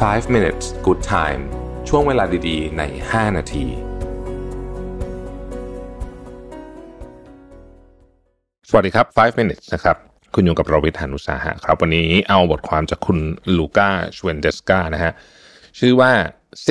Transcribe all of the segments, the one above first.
5 minutes good time ช่วงเวลาดีๆใน5นาทีสวัสดีครับ5 minutes นะครับคุณอยู่กับรวิทย์ หาญอุตสาหะครับวันนี้เอาบทความจากคุณลูก้าชเวนเดสกานะฮะชื่อว่า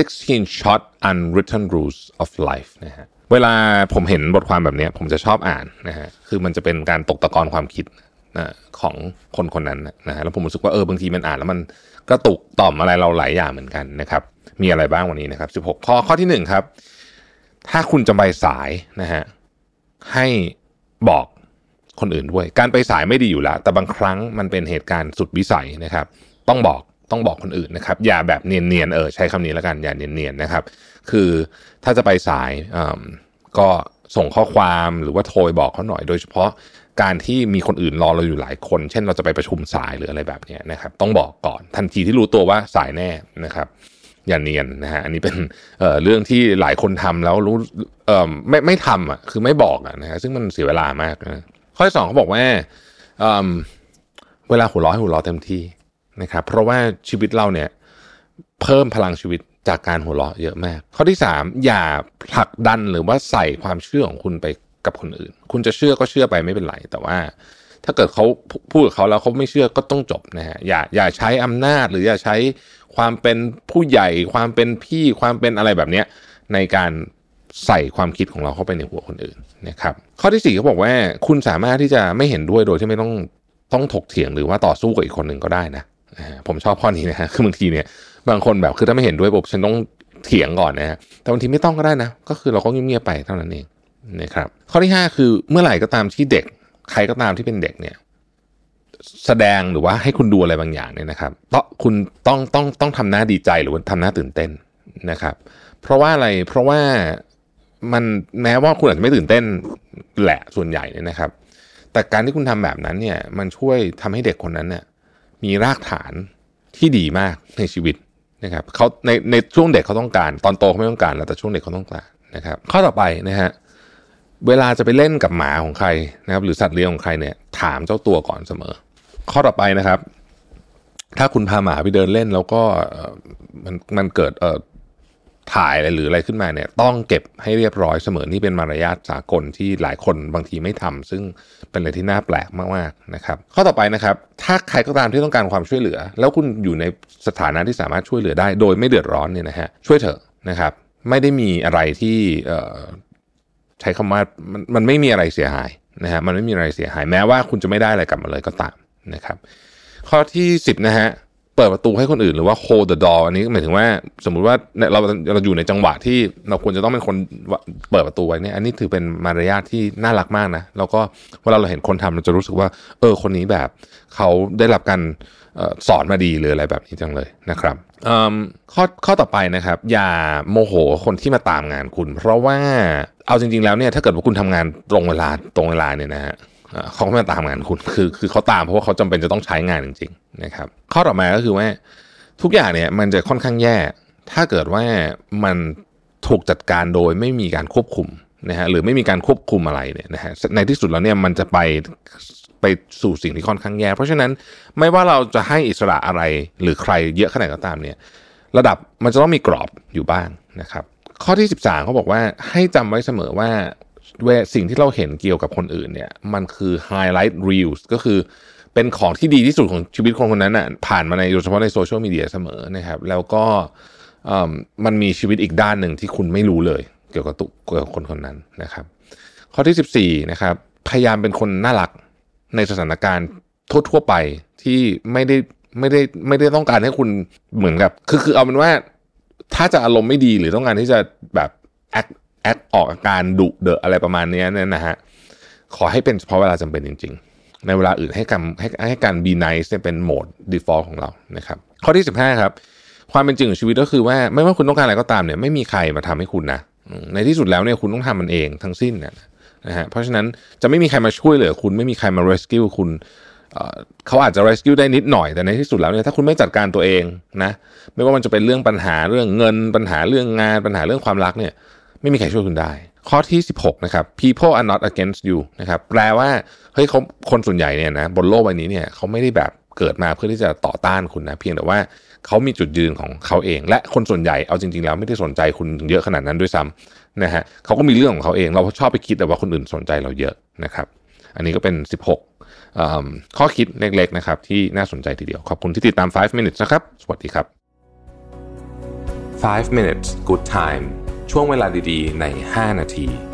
16 short unwritten rules of life นะฮะเวลาผมเห็นบทความแบบนี้ผมจะชอบอ่านนะฮะคือมันจะเป็นการตกตะกอนความคิดของคนคนนั้นนะฮะแล้วผมรู้สึกว่าบางทีมันอ่านแล้วมันกระตุกต่อมอะไรเราหลายอย่างเหมือนกันนะครับมีอะไรบ้างวันนี้นะครับ16ข้อที่1ครับถ้าคุณจะไปสายนะฮะให้บอกคนอื่นด้วยการไปสายไม่ดีอยู่แล้วแต่บางครั้งมันเป็นเหตุการณ์สุดวิสัยนะครับต้องบอกคนอื่นนะครับอย่าแบบเนียนๆใช้คำนี้แล้วกันอย่าเนียนๆนะครับคือถ้าจะไปสายก็ส่งข้อความหรือว่าโทรบอกเขาหน่อยโดยเฉพาะการที่มีคนอื่นรอเราอยู่หลายคนเช่นเราจะไปประชุมสายหรืออะไรแบบนี้นะครับต้องบอกก่อนทันทีที่รู้ตัวว่าสายแน่นะครับอย่าเนียนนะฮะอันนี้เป็นเรื่องที่หลายคนทำแล้วรู้ไม่ทำอ่ะคือไม่บอกอ่ะนะฮะซึ่งมันเสียเวลามากนะข้อที่2เขาบอกว่าเวลาหัวเราะเต็มที่นะครับเพราะว่าชีวิตเราเนี่ยเพิ่มพลังชีวิตจากการหัวเราะเยอะมากข้อที่3อย่าผลักดันหรือว่าใส่ความเชื่อของคุณไปกับคนอื่นคุณจะเชื่อก็เชื่อไปไม่เป็นไรแต่ว่าถ้าเกิดเขาพูดกับเขาแล้วเขาไม่เชื่อก็ต้องจบนะฮะอย่าใช้อำนาจหรืออย่าใช้ความเป็นผู้ใหญ่ความเป็นพี่ความเป็นอะไรแบบนี้ในการใส่ความคิดของเราเข้าไปในหัวคนอื่นนะครับข้อที่4เขาบอกว่าคุณสามารถที่จะไม่เห็นด้วยโดยที่ไม่ต้องถกเถียงหรือว่าต่อสู้กับอีกคนหนึ่งก็ได้นะผมชอบข้อนี้นะฮะคือบางทีเนี่ยบางคนแบบคือถ้าไม่เห็นด้วยฉันต้องเถียงก่อนนะฮะแต่บางทีไม่ต้องก็ได้นะก็คือเราก็เงียบๆไปเท่านั้นเองนะครับข้อที่5คือเมื่อไหร่ก็ตามที่เด็กใครก็ตามที่เป็นเด็กเนี่ยแสดงหรือว่าให้คุณดูอะไรบางอย่างเนี่ยนะครับคุณต้องทำหน้าดีใจหรือว่าทำหน้าตื่นเต้นนะครับเพราะว่าอะไรเพราะว่ามันแม้ว่าคุณอาจจะไม่ตื่นเต้นแหละส่วนใหญ่เนี่ยนะครับแต่การที่คุณทำแบบนั้นเนี่ยมันช่วยทำให้เด็กคนนั้นเนี่ยมีรากฐานที่ดีมากในชีวิตนะครับเขาในช่วงเด็กเขาต้องการตอนโตเขาไม่ต้องการแล้วแต่ช่วงเด็กเขาต้องการนะครับข้อต่อไปนะฮะเวลาจะไปเล่นกับหมาของใครนะครับหรือสัตว์เลี้ยงของใครเนี่ยถามเจ้าตัวก่อนเสมอข้อต่อไปนะครับถ้าคุณพาหมาไปเดินเล่นแล้วก็มันเกิดถ่ายอะไรหรืออะไรขึ้นมาเนี่ยต้องเก็บให้เรียบร้อยเสมอนี่เป็นมารยาทสากลที่หลายคนบางทีไม่ทำซึ่งเป็นอะไรที่น่าแปลกมากๆนะครับข้อต่อไปนะครับถ้าใครก็ตามที่ต้องการความช่วยเหลือแล้วคุณอยู่ในสถานะที่สามารถช่วยเหลือได้โดยไม่เดือดร้อนเนี่ยนะฮะช่วยเถอะนะครับไม่ได้มีอะไรที่ใช้คำว่ามันไม่มีอะไรเสียหายนะฮะมันไม่มีอะไรเสียหายแม้ว่าคุณจะไม่ได้อะไรกลับมาเลยก็ตามนะครับข้อที่10นะฮะเปิดประตูให้คนอื่นหรือว่า hold the door อันนี้หมายถึงว่าสมมุติว่าเราอยู่ในจังหวะที่เราควรจะต้องเป็นคนเปิดประตูไว้เนี่ยอันนี้ถือเป็นมารยาทที่น่ารักมากนะแล้วก็เวลาเราเห็นคนทำเราจะรู้สึกว่าคนนี้แบบเขาได้รับการสอนมาดีหรืออะไรแบบนี้จังเลยนะครับข้อต่อไปนะครับอย่าโมโหคนที่มาตามงานคุณเพราะว่าเอาจริงๆแล้วเนี่ยถ้าเกิดว่าคุณทำงานตรงเวลาเนี่ยนะฮะเขาไม่มาตามงานคุณคือเขาตามเพราะว่าเขาจำเป็นจะต้องใช้งานจริงๆนะครับข้อต่อมาก็คือว่าทุกอย่างเนี่ยมันจะค่อนข้างแย่ถ้าเกิดว่ามันถูกจัดการโดยไม่มีการควบคุมนะฮะหรือไม่มีการควบคุมอะไรเนี่ยนะฮะในที่สุดแล้วเนี่ยมันจะไปสู่สิ่งที่ค่อนข้างแย่เพราะฉะนั้นไม่ว่าเราจะให้อิสระอะไรหรือใครเยอะขนาดก็ตามเนี่ยระดับมันจะต้องมีกรอบอยู่บ้างนะครับข้อที่13เขาบอกว่าให้จำไว้เสมอว่าสิ่งที่เราเห็นเกี่ยวกับคนอื่นเนี่ยมันคือ highlight reels ก็คือเป็นของที่ดีที่สุดของชีวิตคนนั้นน่ะผ่านมาโดยเฉพาะในโซเชียลมีเดียเสมอนะครับแล้วก็มันมีชีวิตอีกด้านหนึ่งที่คุณไม่รู้เลยเกี่ยวกับคนนั้นนะครับข้อที่14นะครับพยายามเป็นคนน่ารักในสถานการณ์ทั่วไปที่ไม่ได้ต้องการให้คุณเหมือนกับคือเอาเป็นว่าถ้าจะอารมณ์ไม่ดีหรือต้องการที่จะแบบแอคออกอาการดุเดอะอะไรประมาณนี้เนี่ยนะฮะขอให้เป็นเฉพาะเวลาจำเป็นจริงๆในเวลาอื่นให้การ be nice เป็นโหมด default ของเรานะครับข้อที่15ครับความเป็นจริงของชีวิตก็คือว่าไม่ว่าคุณต้องการอะไรก็ตามเนี่ยไม่มีใครมาทำให้คุณนะในที่สุดแล้วเนี่ยคุณต้องทำมันเองทั้งสิ้นนะฮะเพราะฉะนั้นจะไม่มีใครมาช่วยเหลือคุณไม่มีใครมา rescue คุณเขาอาจจะ rescue ได้นิดหน่อยแต่ในที่สุดแล้วเนี่ยถ้าคุณไม่จัดการตัวเองนะไม่ว่ามันจะเป็นเรื่องปัญหาเรื่องเงินปัญหาเรื่องงานปัญหาเรื่องความรักเนี่ยไม่มีใครช่วยคุณได้ข้อที่16นะครับ people are not against you นะครับแปลว่าเฮ้ยคนส่วนใหญ่เนี่ยนะบนโลกใบนี้เนี่ยเขาไม่ได้แบบเกิดมาเพื่อที่จะต่อต้านคุณนะเพียงแต่ว่าเขามีจุดยืนของเขาเองและคนส่วนใหญ่เอาจริงๆแล้วไม่ได้สนใจคุณเยอะขนาดนั้นด้วยซ้ำนะฮะเขาก็มีเรื่องของเขาเองเราชอบไปคิดแต่ว่าคนอื่นสนใจเราเยอะนะครับอันนี้ก็เป็น16ข้อคิดเล็กๆนะครับที่น่าสนใจทีเดียวขอบคุณที่ติดตาม5 minutes นะครับสวัสดีครับ5 minutes good time ช่วงเวลาดีๆใน5 นาที